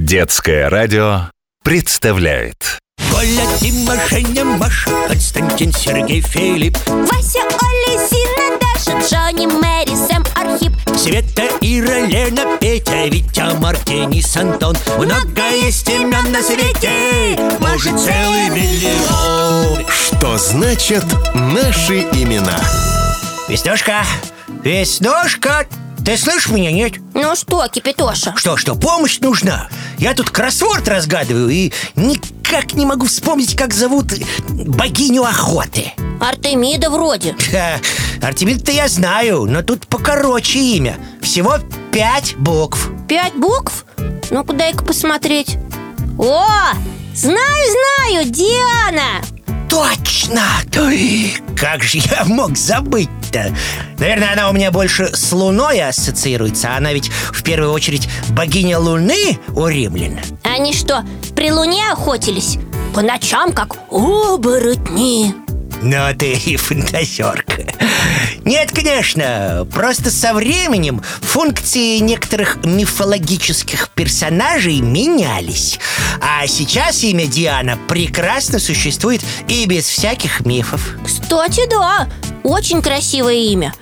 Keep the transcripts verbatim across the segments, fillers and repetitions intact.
Детское радио представляет. Коля, Дима, Женя, Маша, Константин, Сергей, Филипп, Вася, Оля, Зина, Даша, Джонни, Мэри, Сэм, Архип, Света, Ира, Лена, Петя, Витя, Мартинис, Антон. Много есть имен на свете, может, целый миллион. Что значит наши имена? Веснушка, Веснушка, ты слышишь меня, нет? Ну что, Кипятоша? Что, что, помощь нужна? Я тут кроссворд разгадываю и никак не могу вспомнить, как зовут богиню охоты. Артемида вроде. Ха, Артемида-то я знаю, но тут покороче имя. Всего пять букв. Пять букв? Ну-ка, дай-ка посмотреть. О, знаю, знаю, Диана. Точно! Ой, как же я мог забыть-то? Наверное, она у меня больше с Луной ассоциируется. Она ведь в первую очередь богиня Луны у римлян. Они что, при Луне охотились? По ночам, как оборотни. Ну ты и фантазерка. Нет, конечно, просто со временем функции некоторых мифологических персонажей менялись. А сейчас имя Диана прекрасно существует и без всяких мифов. Кстати, да, очень красивое имя.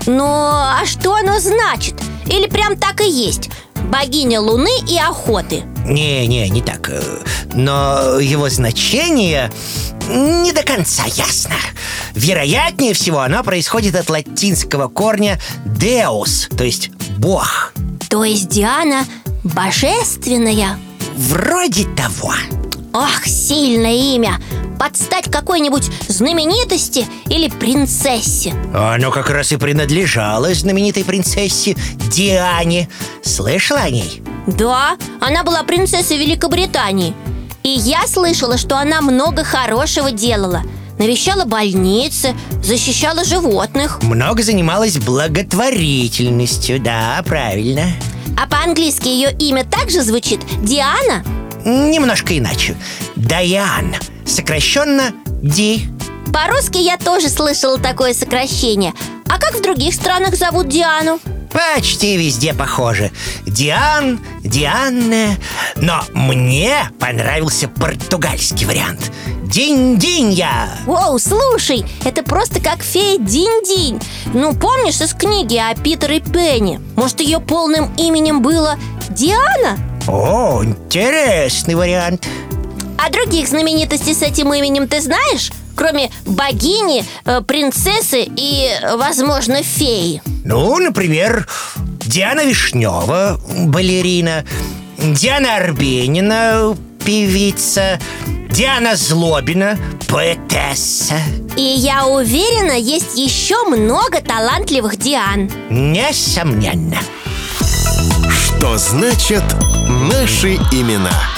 Но а что оно значит? Или прям так и есть? Богиня Луны и охоты? Не-не, не так. Но его значение не до конца ясно. Вероятнее всего, оно происходит от латинского корня «deus», то есть «бог». То есть Диана божественная? Вроде того. Ох, сильное имя. Под стать какой-нибудь знаменитости или принцессе. Оно как раз и принадлежало знаменитой принцессе Диане. Слышала о ней? Да, она была принцессой Великобритании. И я слышала, что она много хорошего делала. Навещала больницы, защищала животных. Много занималась благотворительностью, да, правильно. А по-английски ее имя также звучит Диана? Немножко иначе. Дайан, сокращенно Ди. По-русски я тоже слышала такое сокращение. А как в других странах зовут Диану? Почти везде похоже. Диан, Дианна. Но мне понравился португальский вариант. Динь-динья. Оу, слушай, это просто как фея Динь-динь. Ну, помнишь из книги о Питере Пенни? Может, ее полным именем было Диана? О, интересный вариант. А других знаменитостей с этим именем ты знаешь? Кроме богини, э, принцессы и, возможно, феи. Ну, например, Диана Вишнева, балерина, Диана Арбенина, певица, Диана Злобина, поэтесса. И я уверена, есть еще много талантливых Диан. Несомненно. Что значит наши имена?